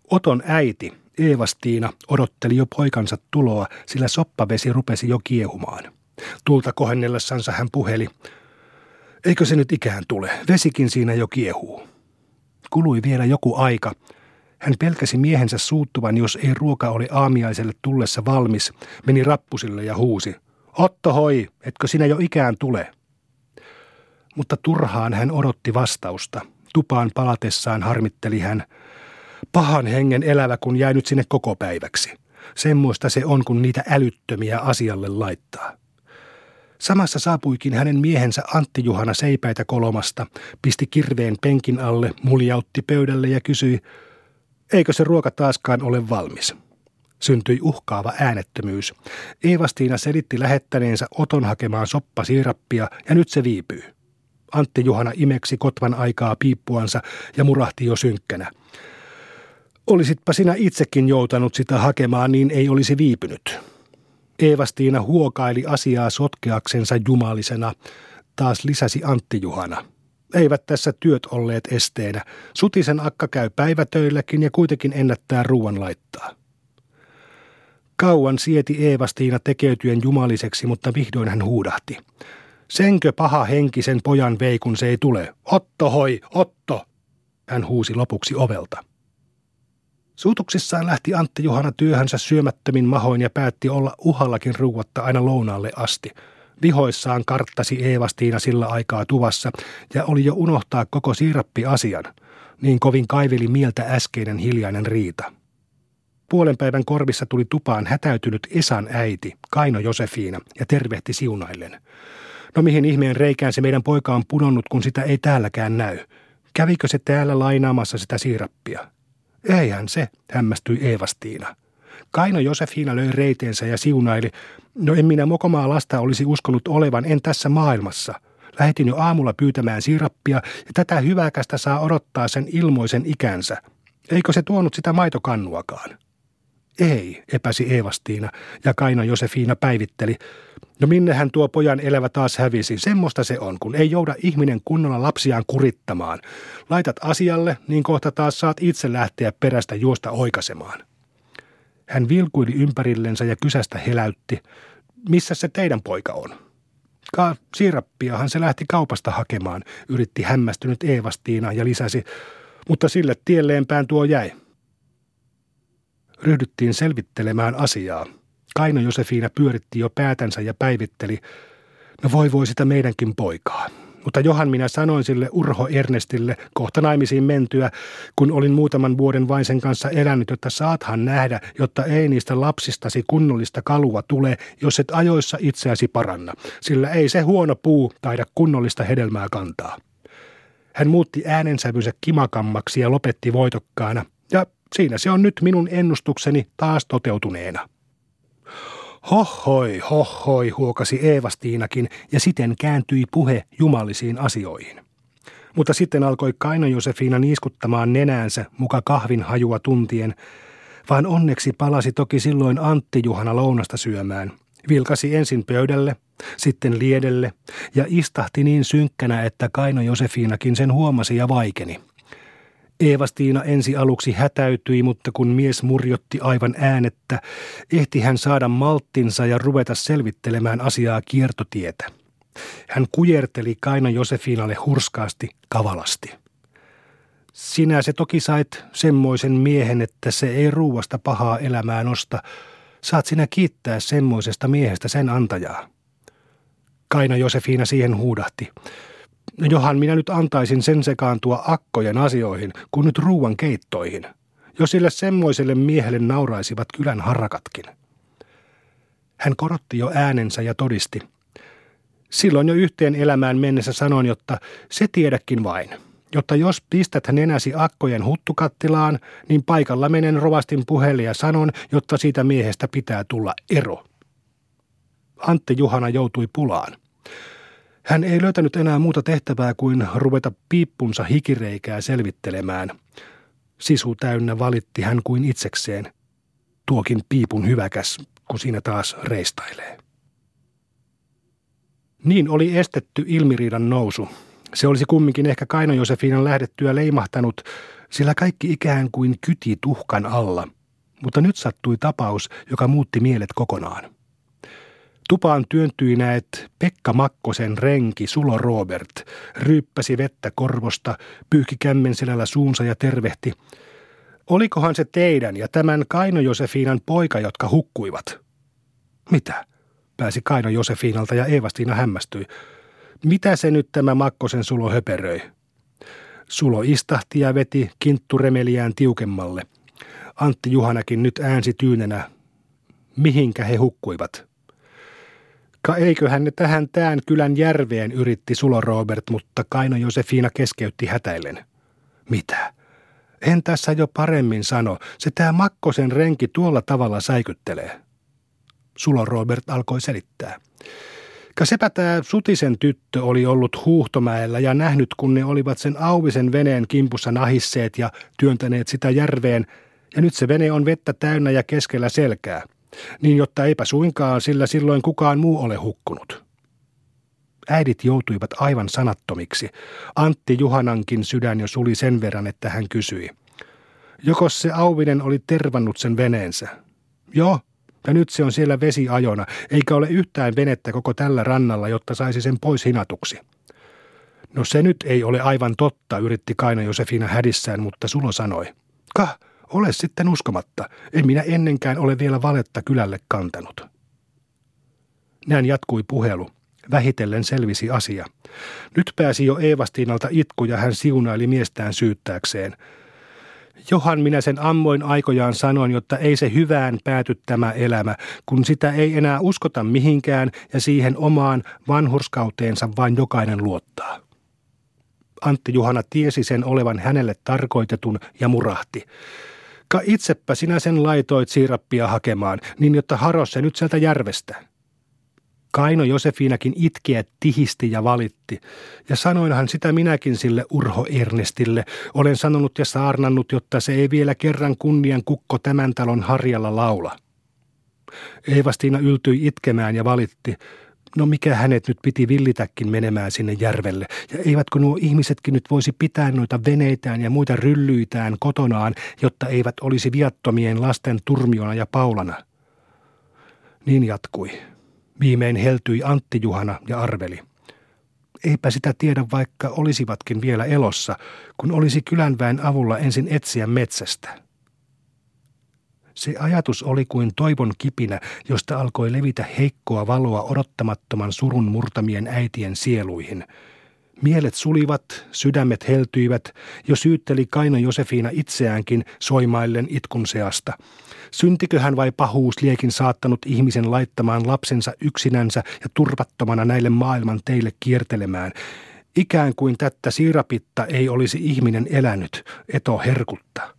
Oton äiti, Eeva-Stiina, odotteli jo poikansa tuloa, sillä soppavesi rupesi jo kiehumaan. Tulta kohennellessansa hän puheli. Eikö se nyt ikään tule? Vesikin siinä jo kiehuu. Kului vielä joku aika. Hän pelkäsi miehensä suuttuvan, jos ei ruoka oli aamiaiselle tullessa valmis, meni rappusille ja huusi. Otto hoi, etkö sinä jo ikään tule? Mutta turhaan hän odotti vastausta. Tupaan palatessaan harmitteli hän. Pahan hengen elävä, kun jäi nyt sinne koko päiväksi. Semmoista se on, kun niitä älyttömiä asialle laittaa. Samassa saapuikin hänen miehensä Antti-Juhana seipäitä kolomasta, pisti kirveen penkin alle, muljautti pöydälle ja kysyi, eikö se ruoka taaskaan ole valmis? Syntyi uhkaava äänettömyys. Eeva-Stiina selitti lähettäneensä Oton hakemaan soppasiirappia ja nyt se viipyy. Antti-Juhana imeksi kotvan aikaa piippuansa ja murahti jo synkkänä. Olisitpa sinä itsekin joutanut sitä hakemaan, niin ei olisi viipynyt. Eeva-Stiina huokaili asiaa sotkeaksensa jumalisena. Taas lisäsi Antti-Juhana. Eivät tässä työt olleet esteenä. Sutisen akka käy päivätöilläkin ja kuitenkin ennättää ruuan laittaa. Kauan sieti Eeva-Stiina tekeytyen jumaliseksi, mutta vihdoin hän huudahti. Senkö paha henki sen pojan vei, kun se ei tule? Otto hoi, Otto! Hän huusi lopuksi ovelta. Suutuksissaan lähti Antti-Juhana työhönsä syömättömin mahoin ja päätti olla uhallakin ruuatta aina lounaalle asti. Vihoissaan karttasi Eeva-Stiina sillä aikaa tuvassa ja oli jo unohtaa koko siirappiasian. Niin kovin kaiveli mieltä äskeinen hiljainen riita. Puolen päivän korvissa tuli tupaan hätäytynyt Esan äiti, Kaino Josefiina, ja tervehti siunaillen. No mihin ihmeen reikään se meidän poika on pudonnut, kun sitä ei täälläkään näy? Kävikö se täällä lainaamassa sitä siirappia? Eihän se, hämmästyi Eeva-Stiina. Kaino Josefiina löi reiteensä ja siunaili. No en minä mokomaa lasta olisi uskonut olevan, en tässä maailmassa. Lähetin jo aamulla pyytämään siirappia ja tätä hyväkästä saa odottaa sen ilmoisen ikänsä. Eikö se tuonut sitä maitokannuakaan? Ei, epäsi Eeva-Stiina ja Kaino Josefiina päivitteli. No minnehän tuo pojan elävä taas hävisi? Semmoista se on, kun ei jouda ihminen kunnolla lapsiaan kurittamaan. Laitat asialle, niin kohta taas saat itse lähteä perästä juosta oikaisemaan. Hän vilkuili ympärillensä ja kysästä heläytti. Missä se teidän poika on? Siirappiahan se lähti kaupasta hakemaan, yritti hämmästynyt Eeva-Stiina ja lisäsi. Mutta sille tielleenpään tuo jäi. Ryhdyttiin selvittelemään asiaa. Kaino Josefiina pyöritti jo päätänsä ja päivitteli. No voi sitä meidänkin poikaa. Mutta johan minä sanoin sille Urho Ernestille kohta naimisiin mentyä, kun olin muutaman vuoden vain sen kanssa elänyt, että saathan nähdä, jotta ei niistä lapsistasi kunnollista kalua tule, jos et ajoissa itseäsi paranna, sillä ei se huono puu taida kunnollista hedelmää kantaa. Hän muutti äänensävynsä kimakammaksi ja lopetti voitokkaana, ja siinä se on nyt minun ennustukseni taas toteutuneena. Hohoi, huokasi Eeva-Stiinakin ja siten kääntyi puhe jumallisiin asioihin. Mutta sitten alkoi Kaino Josefiina niiskuttamaan nenäänsä muka kahvin hajua tuntien, vaan onneksi palasi toki silloin Antti-Juhana lounasta syömään. Vilkasi ensin pöydälle, sitten liedelle ja istahti niin synkkänä, että Kaino Josefiinakin sen huomasi ja vaikeni. Eeva-Stiina ensi aluksi hätäytyi, mutta kun mies murjotti aivan äänettä, ehti hän saada malttinsa ja ruveta selvittelemään asiaa kiertotietä. Hän kujerteli Kaino Josefiinalle hurskaasti, kavalasti. Sinä se toki sait semmoisen miehen, että se ei ruuasta pahaa elämää nosta. Saat sinä kiittää semmoisesta miehestä sen antajaa. Kaino Josefiina siihen huudahti. No johan minä nyt antaisin sen sekaantua akkojen asioihin, kun nyt ruuan keittoihin. Jos sille semmoiselle miehelle nauraisivat kylän harrakatkin. Hän korotti jo äänensä ja todisti. Silloin jo yhteen elämään mennessä sanoin, jotta se tiedäkin vain. Jotta jos pistät nenäsi akkojen huttukattilaan, niin paikalla menen rovastin puhelle ja sanon, jotta siitä miehestä pitää tulla ero. Antti-Juhana joutui pulaan. Hän ei löytänyt enää muuta tehtävää kuin ruveta piippunsa hikireikää selvittelemään. Sisu täynnä valitti hän kuin itsekseen. Tuokin piipun hyväkäs, kun siinä taas reistailee. Niin oli estetty ilmiriidan nousu. Se olisi kumminkin ehkä Kaino Josefiinan lähdettyä leimahtanut, Sillä kaikki ikään kuin kyti tuhkan alla, mutta nyt sattui tapaus, joka muutti mielet kokonaan. Tupaan työntyi näet Pekka Makkosen renki Sulo Robert, ryyppäsi vettä korvosta, pyyhki kämmenselällä suunsa ja tervehti. Olikohan se teidän ja tämän Kaino Josefiinan poika, jotka hukkuivat? Mitä? Pääsi Kaino Josefiinalta ja Eevastiina hämmästyi. Mitä se nyt tämä Makkosen Sulo höperöi? Sulo istahti ja veti kintturemeliään tiukemmalle. Antti Juhanakin nyt äänsi tyynenä. Mihinkä he hukkuivat? Eiköhän ne tähän Tään kylän järveen, yritti Sulo Robert, mutta Kaino Josefiina keskeytti hätäillen. Mitä? En tässä jo paremmin sano, se tää Makkosen renki tuolla tavalla säikyttelee. Sulo Robert alkoi selittää. Sepä tää Sutisen tyttö oli ollut Huuhtomäellä ja nähnyt, kun ne olivat sen Auvisen veneen kimpussa nahisseet ja työntäneet sitä järveen, ja nyt se vene on vettä täynnä ja keskellä selkää. Niin jotta eipä suinkaan, sillä silloin kukaan muu ole hukkunut. Äidit joutuivat aivan sanattomiksi. Antti Juhanankin sydän jo suli sen verran, että hän kysyi. Jokos se Auvinen oli tervannut sen veneensä? Joo, ja nyt se on siellä vesiajona, eikä ole yhtään venettä koko tällä rannalla, jotta saisi sen pois hinatuksi. No se nyt ei ole aivan totta, yritti Kaino Josefiina hädissään, mutta Sulo sanoi. Ole sitten uskomatta, en minä ennenkään ole vielä valetta kylälle kantanut. Näin jatkui puhelu. Vähitellen selvisi asia. Nyt pääsi jo Eevastiinalta itku ja hän siunaili miestään syyttääkseen. Johan minä sen ammoin aikojaan sanoin, jotta ei se hyvään pääty tämä elämä, kun sitä ei enää uskota mihinkään ja siihen omaan vanhurskauteensa vain jokainen luottaa. Antti Juhana tiesi sen olevan hänelle tarkoitetun ja murahti. Itsepä sinä sen laitoit siirappia hakemaan, niin jotta haros se nyt sieltä järvestä. Kaino Josefiinakin itkeä tihisti ja valitti, ja sanoinhan sitä minäkin sille Urho Ernestille. Olen sanonut ja saarnannut, jotta se ei vielä kerran kunnian kukko tämän talon harjalla laula. Eevastiina yltyi itkemään ja valitti. No mikä hänet nyt piti villitäkin menemään sinne järvelle, ja eivätkö nuo ihmisetkin nyt voisi pitää noita veneitään ja muita ryllyitään kotonaan, jotta eivät olisi viattomien lasten turmiona ja paulana. Niin jatkui. Viimein heltyi Antti Juhana ja arveli. Eipä sitä tiedä, vaikka olisivatkin vielä elossa, kun olisi kylänväen avulla ensin etsiä metsästä. Se ajatus oli kuin toivon kipinä, josta alkoi levitä heikkoa valoa odottamattoman surun murtamien äitien sieluihin. Mielet sulivat, sydämet heltyivät, jo syytteli Kaino Josefiina itseäänkin soimaillen itkun seasta. Syntiköhän vai pahuus liekin saattanut ihmisen laittamaan lapsensa yksinänsä ja turvattomana näille maailman teille kiertelemään, ikään kuin tättä siirapitta ei olisi ihminen elänyt, eto herkutta.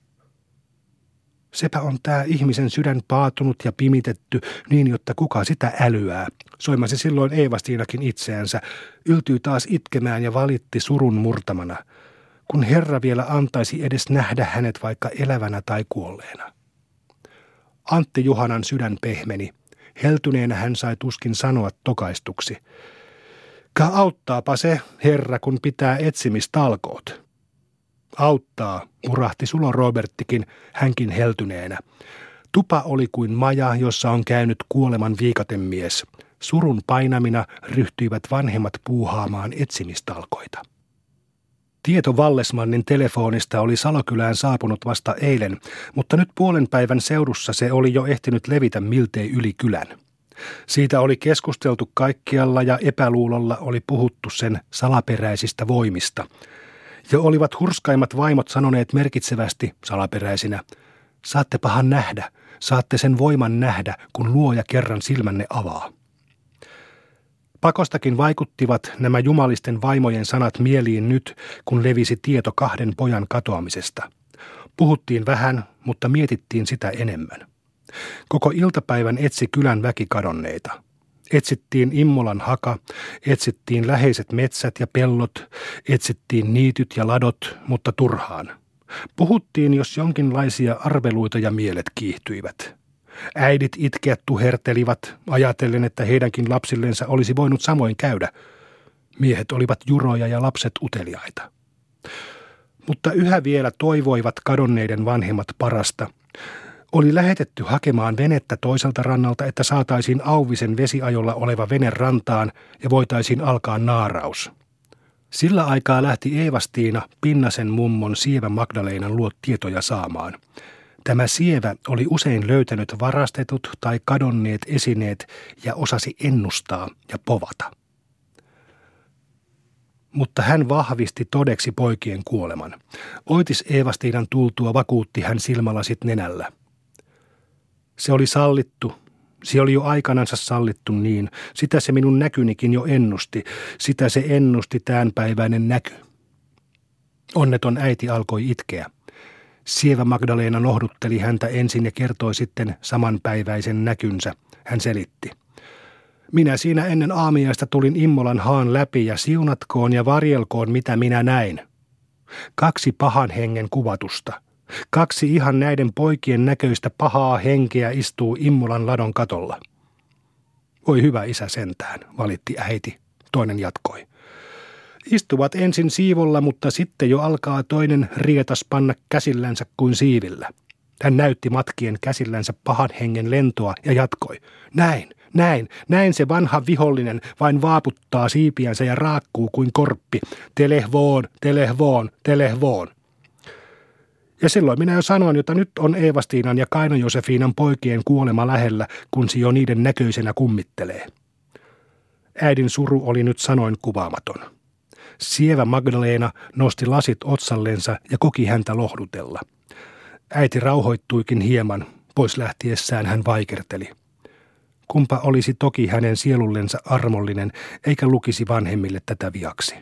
Sepä on tää ihmisen sydän paatunut ja pimitetty niin, jotta kuka sitä älyää. Soimasi silloin Eevastiinakin itseänsä, yltyi taas itkemään ja valitti surun murtamana, kun Herra vielä antaisi edes nähdä hänet vaikka elävänä tai kuolleena. Antti Juhanan sydän pehmeni. Heltyneenä hän sai tuskin sanoa tokaistuksi. Auttaapa se, Herra, kun pitää etsimistalkoot. Auttaa, murahti Sulo Roberttikin, hänkin heltyneenä. Tupa oli kuin maja, jossa on käynyt kuoleman viikatemies. Surun painamina ryhtyivät vanhemmat puuhaamaan etsimistalkoita. Tieto Vallesmannin telefonista oli Salokylään saapunut vasta eilen, mutta nyt puolen päivän seudussa se oli jo ehtinyt levitä miltei yli kylän. Siitä oli keskusteltu kaikkialla ja epäluulolla oli puhuttu sen salaperäisistä voimista. Jo olivat hurskaimmat vaimot sanoneet merkitsevästi salaperäisinä, saattepahan nähdä, saatte sen voiman nähdä, kun Luoja kerran silmänne avaa. Pakostakin vaikuttivat nämä jumalisten vaimojen sanat mieliin nyt, kun levisi tieto 2 pojan katoamisesta. Puhuttiin vähän, mutta mietittiin sitä enemmän. Koko iltapäivän etsi kylän väki kadonneita. Etsittiin Immolan haka, etsittiin läheiset metsät ja pellot, etsittiin niityt ja ladot, mutta turhaan. Puhuttiin, jos jonkinlaisia arveluita ja mielet kiihtyivät. Äidit itkeät tuhertelivat, ajatellen, että heidänkin lapsillensa olisi voinut samoin käydä. Miehet olivat juroja ja lapset uteliaita. Mutta yhä vielä toivoivat kadonneiden vanhemmat parasta. Oli lähetetty hakemaan venettä toiselta rannalta, että saataisiin Auvisen vesiajolla oleva vene rantaan ja voitaisiin alkaa naaraus. Sillä aikaa lähti Eeva-Stiina Pinnasen mummon Sievä Magdalenan luo tietoja saamaan. Tämä Sievä oli usein löytänyt varastetut tai kadonneet esineet ja osasi ennustaa ja povata. Mutta hän vahvisti todeksi poikien kuoleman. Oitis Eeva-Stiinan tultua vakuutti hän silmälasit nenällä. Se oli sallittu. Se oli jo aikanansa sallittu niin. Sitä se minun näkynikin jo ennusti. Sitä se ennusti tämänpäiväinen näky. Onneton äiti alkoi itkeä. Sievä Magdalena lohdutteli häntä ensin ja kertoi sitten samanpäiväisen näkynsä. Hän selitti. Minä siinä ennen aamiaista tulin Immolan haan läpi ja siunatkoon ja varjelkoon mitä minä näin. 2 pahan hengen kuvatusta. 2 ihan näiden poikien näköistä pahaa henkeä istuu Immolan ladon katolla. Voi hyvä isä sentään, valitti äiti. Toinen jatkoi. Istuvat ensin siivolla, mutta sitten jo alkaa toinen rietas panna käsillänsä kuin siivillä. Hän näytti matkien käsillänsä pahan hengen lentoa ja jatkoi. Näin se vanha vihollinen vain vaaputtaa siipiänsä ja raakkuu kuin korppi. Telehvoon. Ja silloin minä jo sanoin, jota nyt on Eeva-Stiinan ja Kaino-Josefiinan poikien kuolema lähellä, kun se jo niiden näköisenä kummittelee. Äidin suru oli nyt sanoin kuvaamaton. Sievä Magdalena nosti lasit otsallensa ja koki häntä lohdutella. Äiti rauhoittuikin hieman, pois lähtiessään hän vaikerteli. Kumpa olisi toki hänen sielullensa armollinen, eikä lukisi vanhemmille tätä viaksi.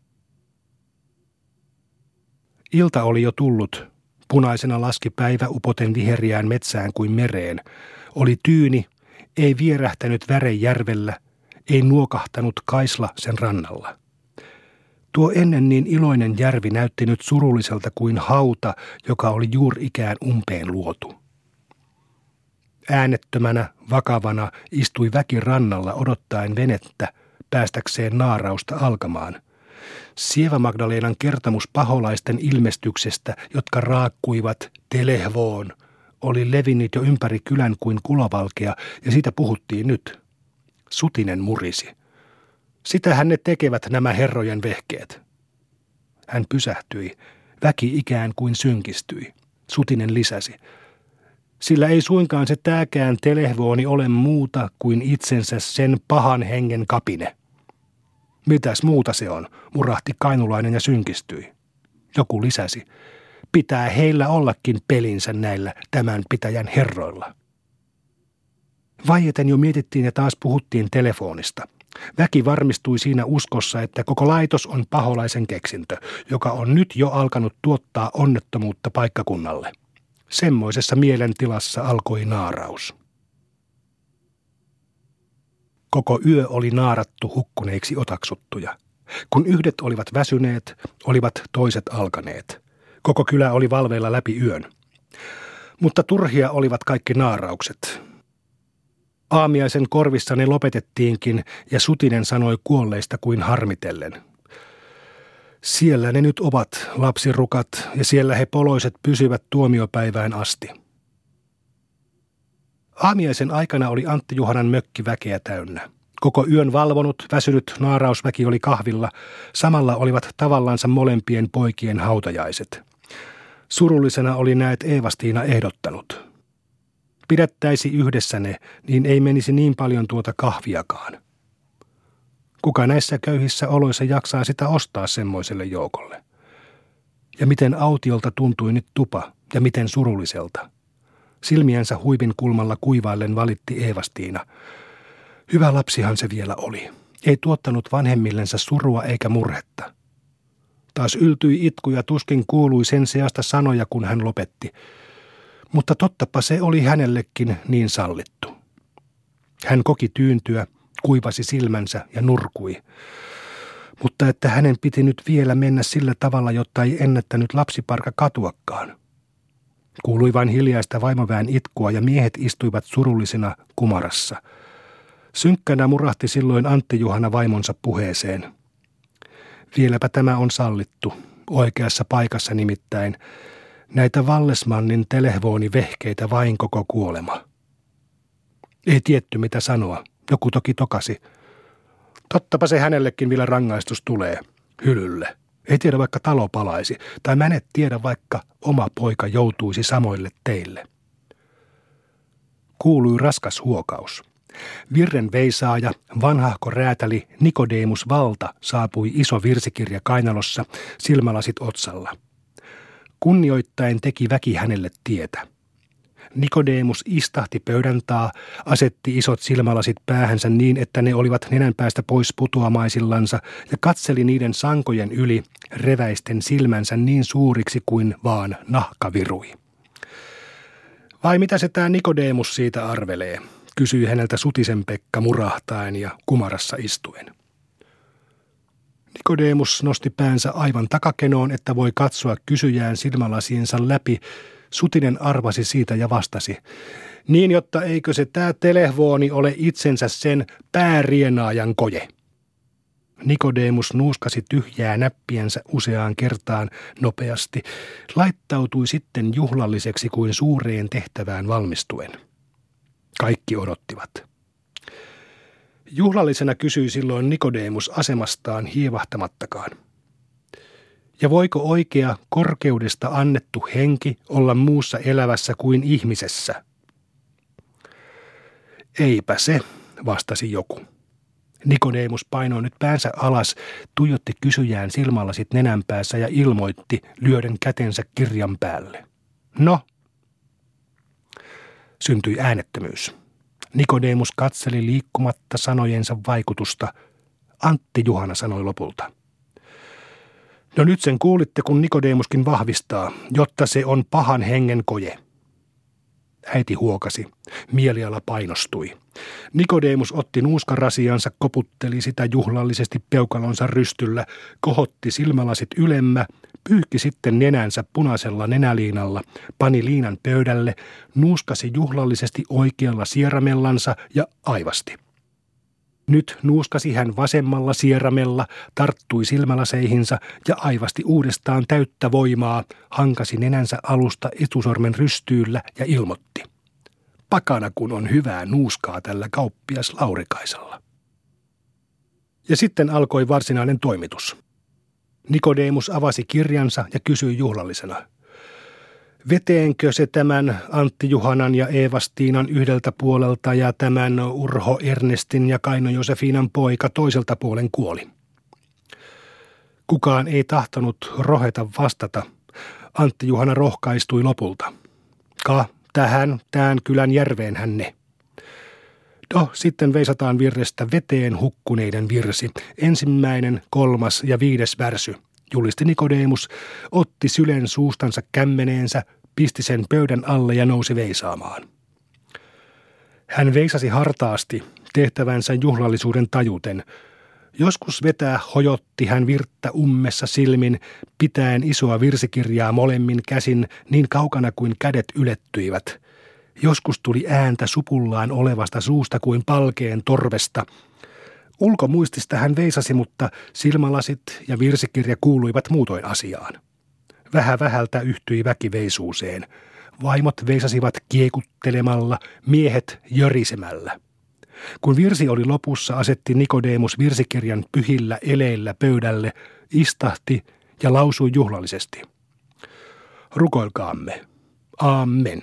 Ilta oli jo tullut. Punaisena laski päivä upoten viheriään metsään kuin mereen. Oli tyyni, ei vierähtänyt väre järvellä, ei nuokahtanut kaisla sen rannalla. Tuo ennen niin iloinen järvi näytti nyt surulliselta kuin hauta, joka oli juurikään umpeen luotu. Äänettömänä, vakavana istui väki rannalla odottaen venettä, päästäkseen naarausta alkamaan. Sievä Magdalenan kertomus paholaisten ilmestyksestä, jotka raakkuivat telehvoon, oli levinnyt jo ympäri kylän kuin kulovalkea, ja siitä puhuttiin nyt. Sutinen murisi. Sitähän ne tekevät nämä herrojen vehkeet. Hän pysähtyi. Väki ikään kuin synkistyi. Sutinen lisäsi. Sillä ei suinkaan se tääkään telehvooni ole muuta kuin itsensä sen pahan hengen kapine. Mitäs muuta se on, murahti kainulainen ja synkistyi. Joku lisäsi. Pitää heillä ollakin pelinsä näillä tämän pitäjän herroilla. Vaieten jo mietittiin ja taas puhuttiin telefonista. Väki varmistui siinä uskossa, että koko laitos on paholaisen keksintö, joka on nyt jo alkanut tuottaa onnettomuutta paikkakunnalle. Semmoisessa mielentilassa alkoi naaraus. Koko yö oli naarattu hukkuneiksi otaksuttuja. Kun yhdet olivat väsyneet, olivat toiset alkaneet. Koko kylä oli valveilla läpi yön. Mutta turhia olivat kaikki naaraukset. Aamiaisen korvissa ne lopetettiinkin ja Sutinen sanoi kuolleista kuin harmitellen. Siellä ne nyt ovat, lapsirukat, ja siellä he poloiset pysyvät tuomiopäivään asti. Aamiaisen aikana oli Antti Juhanan mökki väkeä täynnä. Koko yön valvonut, väsynyt naarausväki oli kahvilla. Samalla olivat tavallansa molempien poikien hautajaiset. Surullisena oli näet Eeva-Stiina ehdottanut. Pidättäisi yhdessä ne, niin ei menisi niin paljon tuota kahviakaan. Kuka näissä köyhissä oloissa jaksaa sitä ostaa semmoiselle joukolle? Ja miten autiolta tuntui nyt tupa, ja miten surulliselta. Silmiänsä huivin kulmalla kuivaillen valitti Eeva-Stiina. Hyvä lapsihan se vielä oli. Ei tuottanut vanhemmillensa surua eikä murhetta. Taas yltyi itku ja tuskin kuului sen seasta sanoja, kun hän lopetti. Mutta tottapa se oli hänellekin niin sallittu. Hän koki tyyntyä, kuivasi silmänsä ja nurkui. Mutta että hänen piti nyt vielä mennä sillä tavalla, jotta ei ennättänyt lapsiparka katuakaan. Kuului vain hiljaista vaimoväen itkua ja miehet istuivat surullisina kumarassa. Synkkänä murahti silloin Antti Juhana vaimonsa puheeseen. Vieläpä tämä on sallittu. oikeassa paikassa nimittäin. Näitä Vallesmannin telefoonivehkeitä vain koko kuolema. Ei tietty mitä sanoa. Joku toki tokasi. Tottapa se hänellekin vielä rangaistus tulee. Hylylle. Ei tiedä vaikka talo palaisi. Tai mä en tiedä vaikka oma poika joutuisi samoille teille. Kuului raskas huokaus. Virren veisaaja, vanhahko räätäli Nikodemus Valta saapui iso virsikirja kainalossa, silmälasit otsalla. Kunnioittaen teki väki hänelle tietä. Nikodemus istahti pöydän taa, asetti isot silmälasit päähänsä niin, että ne olivat nenänpäästä pois putoamaisillansa ja katseli niiden sankojen yli reväisten silmänsä niin suuriksi kuin vaan nahka virui. Vai mitä se tää Nikodemus siitä arvelee, kysyi häneltä Sutisen Pekka murahtaen ja kumarassa istuen. Nikodemus nosti päänsä aivan takakenoon, että voi katsoa kysyjään silmälasiensa läpi. Sutinen arvasi siitä ja vastasi. Niin, jotta eikö se tää telefooni ole itsensä sen päärienaajan koje. Nikodemus nuuskasi tyhjää näppiänsä useaan kertaan nopeasti, laittautui sitten juhlalliseksi kuin suureen tehtävään valmistuen. Kaikki odottivat. Juhlallisena kysyi silloin Nikodemus asemastaan hievahtamattakaan. Ja voiko oikea korkeudesta annettu henki olla muussa elävässä kuin ihmisessä? Eipä se, vastasi joku. Nikodemus painoi nyt päänsä alas, tuijotti kysyjään silmälasit nenänpäässä ja ilmoitti lyöden kätensä kirjan päälle. No? Syntyi äänettömyys. Nikodemus katseli liikkumatta sanojensa vaikutusta. Antti Juhana sanoi lopulta. No nyt sen kuulitte, kun Nikodemuskin vahvistaa, jotta se on pahan hengen koje. Äiti huokasi. Mieliala painostui. Nikodemus otti nuuskarasiansa, koputteli sitä juhlallisesti peukalonsa rystyllä, kohotti silmälasit ylemmä, pyyhki sitten nenänsä punaisella nenäliinalla, pani liinan pöydälle, nuuskasi juhlallisesti oikealla sieramellansa ja aivasti. Nyt nuuskasi hän vasemmalla sieramella, tarttui silmälaseihinsa ja aivasti uudestaan täyttä voimaa, hankasi nenänsä alusta etusormen rystyyllä ja ilmoitti. Pakana kun on hyvää nuuskaa tällä kauppias Laurikaisella. Ja sitten alkoi varsinainen toimitus. Nikodemus avasi kirjansa ja kysyi juhlallisena. Veteenkö se tämän Antti Juhanan ja Eeva-Stiinan yhdeltä puolelta ja tämän Urho Ernestin ja Kaino Josefiinan poika toiselta puolen kuoli? Kukaan ei tahtonut roheta vastata. Antti Juhana rohkaistui lopulta. Tään kylän järveen hänne. No, sitten veisataan virrestä veteen hukkuneiden virsi. 1., 3. ja 5. värsy. Julisti Nikodemus, otti sylen suustansa kämmeneensä, pisti sen pöydän alle ja nousi veisaamaan. Hän veisasi hartaasti, tehtävänsä juhlallisuuden tajuten. Joskus vetää hojotti hän virttä ummessa silmin, pitäen isoa virsikirjaa molemmin käsin niin kaukana kuin kädet ylettyivät. Joskus tuli ääntä supullaan olevasta suusta kuin palkeen torvesta. Ulkomuistista hän veisasi, mutta silmälasit ja virsikirja kuuluivat muutoin asiaan. Vähältä yhtyi väki veisuuseen. Vaimot veisasivat kiekuttelemalla, miehet jörisemällä. Kun virsi oli lopussa, asetti Nikodemus virsikirjan pyhillä eleillä pöydälle, istahti ja lausui juhlallisesti. Rukoilkaamme. Aamen.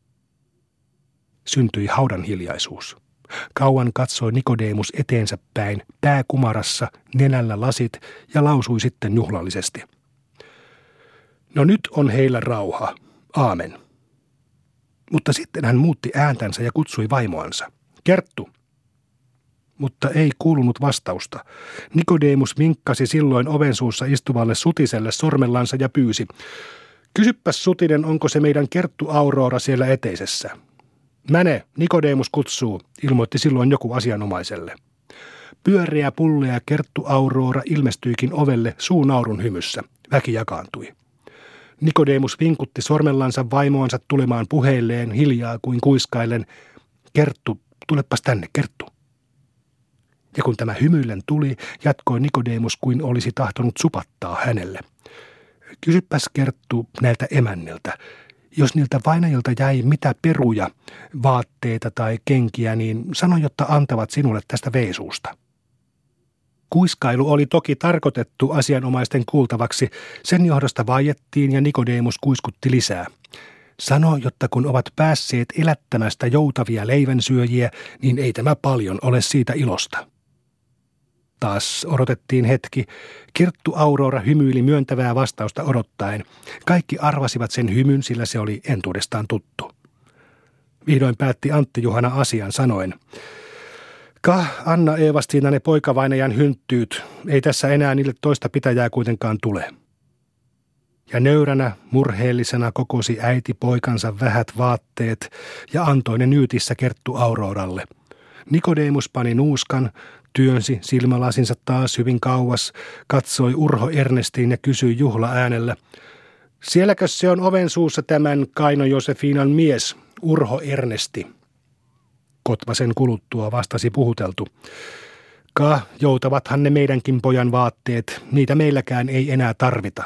Syntyi haudan hiljaisuus. Kauan katsoi Nikodemus eteensä päin, pää kumarassa, nenällä lasit ja lausui sitten juhlallisesti. No nyt on heillä rauha. Aamen. Mutta sitten hän muutti ääntänsä ja kutsui vaimoansa. Kerttu. Mutta ei kuulunut vastausta. Nikodemus vinkkasi silloin ovensuussa istuvalle Sutiselle sormellansa ja pyysi. Kysyppäs Sutinen, onko se meidän Kerttu Aurora siellä eteisessä? Mäne, Nikodemus kutsuu, ilmoitti silloin joku asianomaiselle. Pyöreä pullea Kerttu Aurora ilmestyikin ovelle suunaurun hymyssä. Väki jakaantui. Nikodemus vinkutti sormellansa vaimoansa tulemaan puheilleen hiljaa kuin kuiskaillen. Kerttu, tulepas tänne, Kerttu. Ja kun tämä hymyillen tuli, jatkoi Nikodemus kuin olisi tahtonut supattaa hänelle. Kysypäs Kerttu näiltä emänniltä. Jos niiltä vainajilta jäi mitä peruja, vaatteita tai kenkiä, niin sano, jotta antavat sinulle tästä veisuusta. Kuiskailu oli toki tarkoitettu asianomaisten kuultavaksi, sen johdosta vaiettiin ja Nikodemus kuiskutti lisää. Sano, jotta kun ovat päässeet elättämästä joutavia leivänsyöjiä, niin ei tämä paljon ole siitä ilosta. Taas odotettiin hetki. Kerttu Aurora hymyili myöntävää vastausta odottaen. Kaikki arvasivat sen hymyn, sillä se oli entuudestaan tuttu. Vihdoin päätti Antti Juhana asian sanoen. Anna Eevastiina ne poikavainajan hynttyyt. Ei tässä enää niille toista pitäjää kuitenkaan tule. Ja nöyränä, murheellisena kokosi äiti poikansa vähät vaatteet ja antoi ne nyytissä Kerttu Auroralle. Nikodemus pani nuuskan, työnsi silmälasinsa taas hyvin kauas, katsoi Urho Ernestiin ja kysyi juhlaäänellä. Sielläkö se on oven suussa tämän Kaino Josefiinan mies, Urho Ernesti? Kotvasen kuluttua vastasi puhuteltu. Joutavathan ne meidänkin pojan vaatteet, niitä meilläkään ei enää tarvita.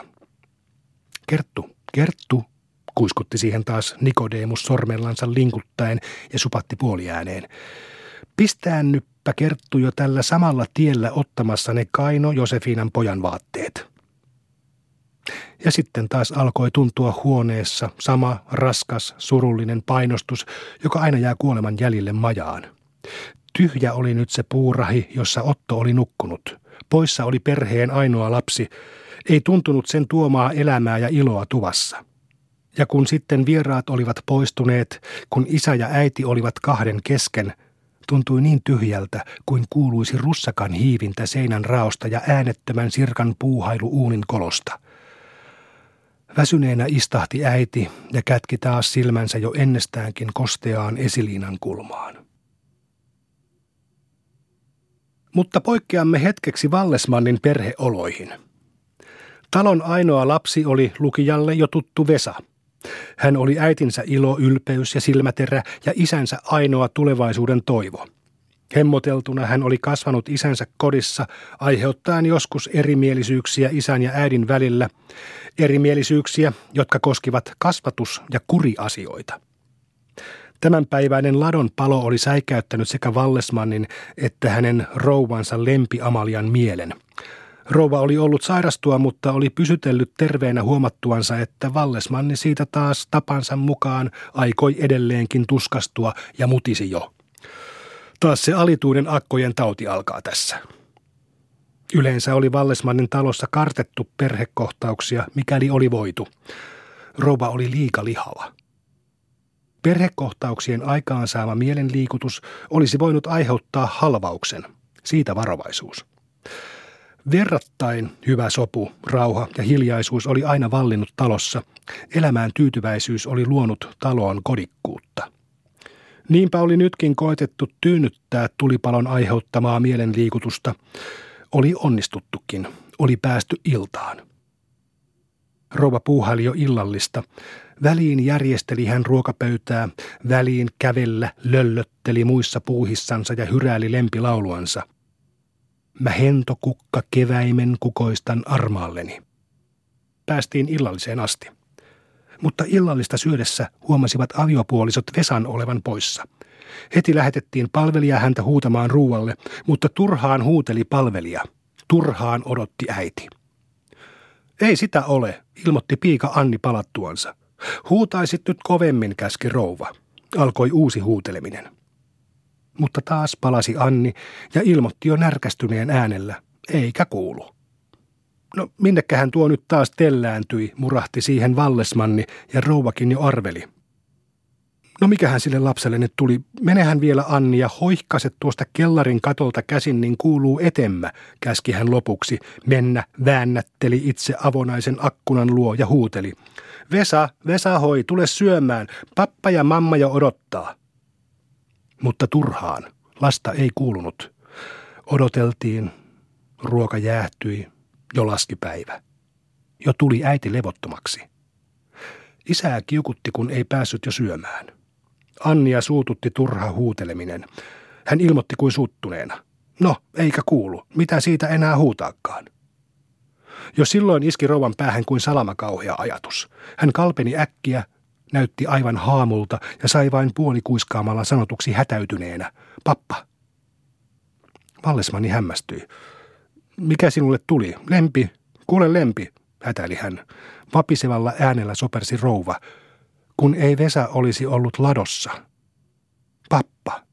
Kerttu, kuiskutti siihen taas Nikodemus sormellansa linkuttaen ja supatti puoliääneen. Pistäännyppä Kerttu jo tällä samalla tiellä ottamassa ne Kaino Josefiinan pojan vaatteet. Ja sitten taas alkoi tuntua huoneessa sama raskas, surullinen painostus, joka aina jää kuoleman jäljille majaan. Tyhjä oli nyt se puurahi, jossa Otto oli nukkunut. Poissa oli perheen ainoa lapsi. Ei tuntunut sen tuomaa elämää ja iloa tuvassa. Ja kun sitten vieraat olivat poistuneet, kun isä ja äiti olivat kahden kesken, tuntui niin tyhjältä, kuin kuuluisi russakan hiivintä seinän raosta ja äänettömän sirkan puuhailu uunin kolosta. Väsyneenä istahti äiti ja kätki taas silmänsä jo ennestäänkin kosteaan esiliinan kulmaan. Mutta poikkeamme hetkeksi Vallesmannin perheoloihin. Talon ainoa lapsi oli lukijalle jo tuttu Vesa. Hän oli äitinsä ilo, ylpeys ja silmäterä ja isänsä ainoa tulevaisuuden toivo. Hemmoteltuna hän oli kasvanut isänsä kodissa, aiheuttaen joskus erimielisyyksiä isän ja äidin välillä, erimielisyyksiä, jotka koskivat kasvatus- ja kuriasioita. Tämänpäiväinen ladon palo oli säikäyttänyt sekä Vallesmannin että hänen rouvansa Lempi Amalian mielen. Rouva oli ollut sairastua, mutta oli pysytellyt terveenä huomattuansa, että Vallesmanni siitä taas tapansa mukaan aikoi edelleenkin tuskastua ja mutisi jo. Taas se alituinen akkojen tauti alkaa tässä. Yleensä oli Vallesmannin talossa kartettu perhekohtauksia, mikäli oli voitu. Rouva oli liika lihava. Perhekohtauksien aikaansaama mielenliikutus olisi voinut aiheuttaa halvauksen. Siitä varovaisuus. Verrattain hyvä sopu, rauha ja hiljaisuus oli aina vallinnut talossa. Elämään tyytyväisyys oli luonut taloon kodikkuutta. Niinpä oli nytkin koetettu tyynnyttää tulipalon aiheuttamaa mielenliikutusta. Oli onnistuttukin, oli päästy iltaan. Rouva puuhaili jo illallista. Väliin järjesteli hän ruokapöytää, väliin kävellä löllötteli muissa puuhissansa ja hyräili lempilauluansa. Mä hento kukka keväimen kukoistan armaalleni. Päästiin illalliseen asti. Mutta illallista syödessä huomasivat aviopuolisot Vesan olevan poissa. Heti lähetettiin palvelija häntä huutamaan ruualle, mutta turhaan huuteli palvelija. Turhaan odotti äiti. Ei sitä ole, ilmoitti piika Anni palattuansa. Huutaisit nyt kovemmin, käski rouva. Alkoi uusi huuteleminen. Mutta taas palasi Anni ja ilmoitti jo närkästyneen äänellä. Eikä kuulu. No minnekähän tuo nyt taas tellääntyi, murahti siihen Vallesmanni ja rouvakin jo arveli. No mikähän sille lapselle nyt tuli, menehän vielä Anni ja hoihkaset tuosta kellarin katolta käsin, niin kuuluu etemmä, käski hän lopuksi. Mennä väännätteli itse avonaisen akkunan luo ja huuteli. Vesa hoi, tule syömään, pappa ja mamma jo odottaa. Mutta turhaan, lasta ei kuulunut. Odoteltiin, ruoka jäähtyi, jo laski päivä. Jo tuli äiti levottomaksi. Isää kiukutti, kun ei päässyt jo syömään. Annia suututti turha huuteleminen. Hän ilmoitti kuin suuttuneena. No, eikä kuulu. Mitä siitä enää huutaakaan? Jo silloin iski rouvan päähän kuin salamakauhea ajatus. Hän kalpeni äkkiä, näytti aivan haamulta ja sai vain puolikuiskaamalla sanotuksi hätäytyneenä. Pappa. Vallesmanni hämmästyi. Mikä sinulle tuli? Lempi, kuule Lempi, hätäili hän. Vapisevalla äänellä sopersi rouva, kun ei Vesa olisi ollut ladossa. Pappa.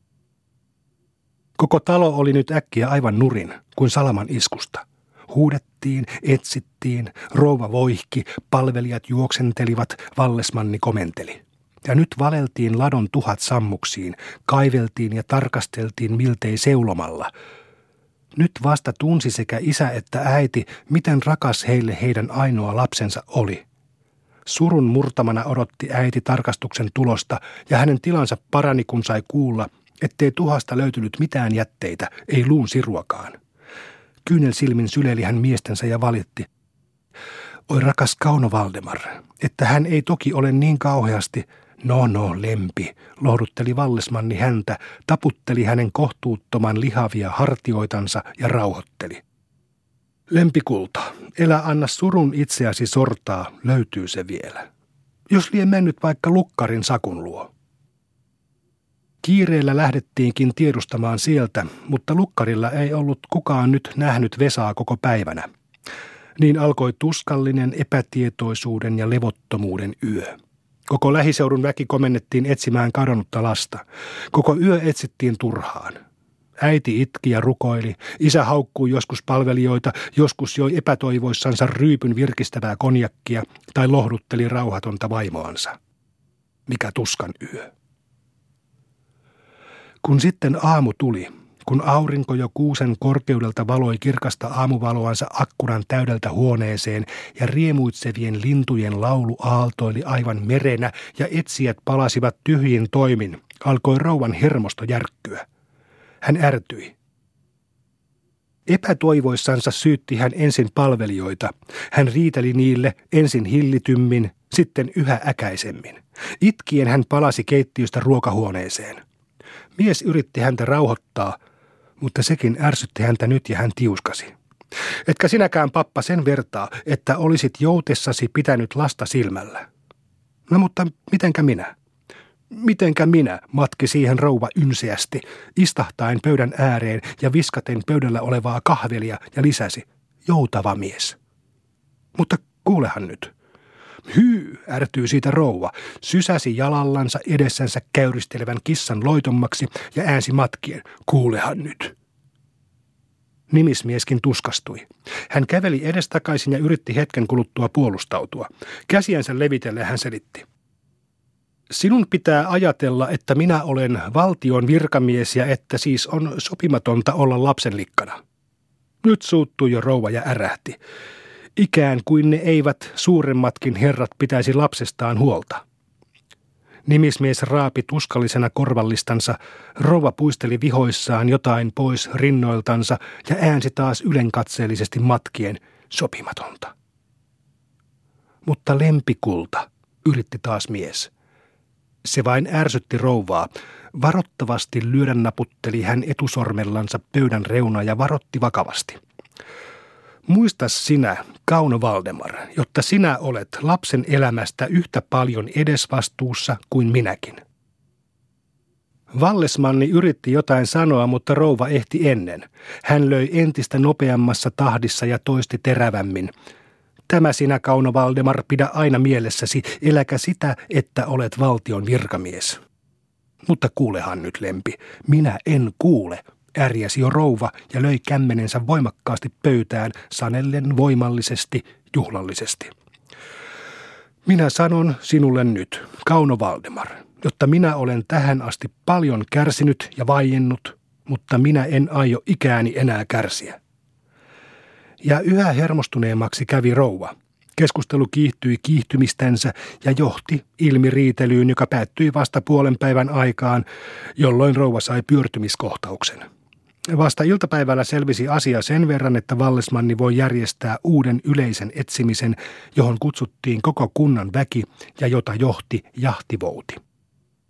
Koko talo oli nyt äkkiä aivan nurin, kuin salaman iskusta. Huudettiin, etsittiin, rouva voihki, palvelijat juoksentelivat, Vallesmanni komenteli. Ja nyt valeltiin ladon tuhat sammuksiin, kaiveltiin ja tarkasteltiin miltei seulomalla. Nyt vasta tunsi sekä isä että äiti, miten rakas heille heidän ainoa lapsensa oli. Surun murtamana odotti äiti tarkastuksen tulosta ja hänen tilansa parani, kun sai kuulla, ettei tuhasta löytynyt mitään jätteitä, ei luun siruakaan. Kyynelsilmin syleili hän miestensä ja valitti. Oi rakas Kauno Valdemar, että hän ei toki ole niin kauheasti. No, Lempi, lohdutteli Vallesmanni häntä, taputteli hänen kohtuuttoman lihavia hartioitansa ja rauhoitteli. Lempikulta, elä anna surun itseäsi sortaa, löytyy se vielä. Jos lie mennyt vaikka lukkarin Sakun luo. Kiireellä lähdettiinkin tiedustamaan sieltä, mutta lukkarilla ei ollut kukaan nyt nähnyt Vesaa koko päivänä. Niin alkoi tuskallinen epätietoisuuden ja levottomuuden yö. Koko lähiseudun väki komennettiin etsimään kadonnutta lasta. Koko yö etsittiin turhaan. Äiti itki ja rukoili, isä haukkui joskus palvelijoita, joskus joi epätoivoissansa ryypyn virkistävää konjakkia tai lohdutteli rauhatonta vaimoansa. Mikä tuskan yö. Kun sitten aamu tuli, kun aurinko jo kuusen korkeudelta valoi kirkasta aamuvaloansa akkuran täydeltä huoneeseen ja riemuitsevien lintujen laulu aaltoili aivan merenä ja etsijät palasivat tyhjin toimin, alkoi rouvan hermosto järkkyä. Hän ärtyi. Epätoivoissansa syytti hän ensin palvelijoita. Hän riiteli niille ensin hillitymmin, sitten yhä äkäisemmin. Itkien hän palasi keittiöstä ruokahuoneeseen. Mies yritti häntä rauhoittaa, mutta sekin ärsytti häntä nyt ja hän tiuskasi. Etkä sinäkään, pappa, sen vertaa, että olisit joutessasi pitänyt lasta silmällä. No mutta mitenkä minä? Mitenkä minä, matki siihen rouva ynseästi, istahtaen pöydän ääreen ja viskaten pöydällä olevaa kahvelia ja lisäsi, joutava mies. Mutta kuulehan nyt. Hyy, ärtyi siitä rouva, sysäsi jalallansa edessänsä käyristelevän kissan loitommaksi ja äänsi matkien, kuulehan nyt. Nimismieskin tuskastui. Hän käveli edestakaisin ja yritti hetken kuluttua puolustautua. Käsiänsä levitellen hän selitti. Sinun pitää ajatella, että minä olen valtion virkamies ja että siis on sopimatonta olla lapsenlikkana. Nyt suuttui jo rouva ja ärähti. Ikään kuin ne eivät suuremmatkin herrat pitäisi lapsestaan huolta. Nimismies raapi tuskallisena korvallistansa, rouva puisteli vihoissaan jotain pois rinnoiltansa ja äänsi taas ylenkatseellisesti matkien, sopimatonta. Mutta lempikulta, yritti taas mies. Se vain ärsytti rouvaa. Varottavasti lyödä naputteli hän etusormellansa pöydän reunaa ja varotti vakavasti. Muista sinä, Kauno Valdemar, jotta sinä olet lapsen elämästä yhtä paljon edesvastuussa kuin minäkin. Vallesmanni yritti jotain sanoa, mutta rouva ehti ennen. Hän löi entistä nopeammassa tahdissa ja toisti terävämmin. Tämä sinä, Kauno Valdemar, pidä aina mielessäsi, eläkä sitä, että olet valtion virkamies. Mutta kuulehan nyt, Lempi, minä en kuule, ärjäsi jo rouva ja löi kämmenensä voimakkaasti pöytään, sanellen voimallisesti, juhlallisesti. Minä sanon sinulle nyt, Kauno Valdemar, jotta minä olen tähän asti paljon kärsinyt ja vaiennut, mutta minä en aio ikääni enää kärsiä. Ja yhä hermostuneemmaksi kävi rouva. Keskustelu kiihtyi kiihtymistänsä ja johti ilmiriitelyyn, joka päättyi vasta puolen päivän aikaan, jolloin rouva sai pyörtymiskohtauksen. Vasta iltapäivällä selvisi asia sen verran, että Vallesmanni voi järjestää uuden yleisen etsimisen, johon kutsuttiin koko kunnan väki ja jota johti jahtivouti.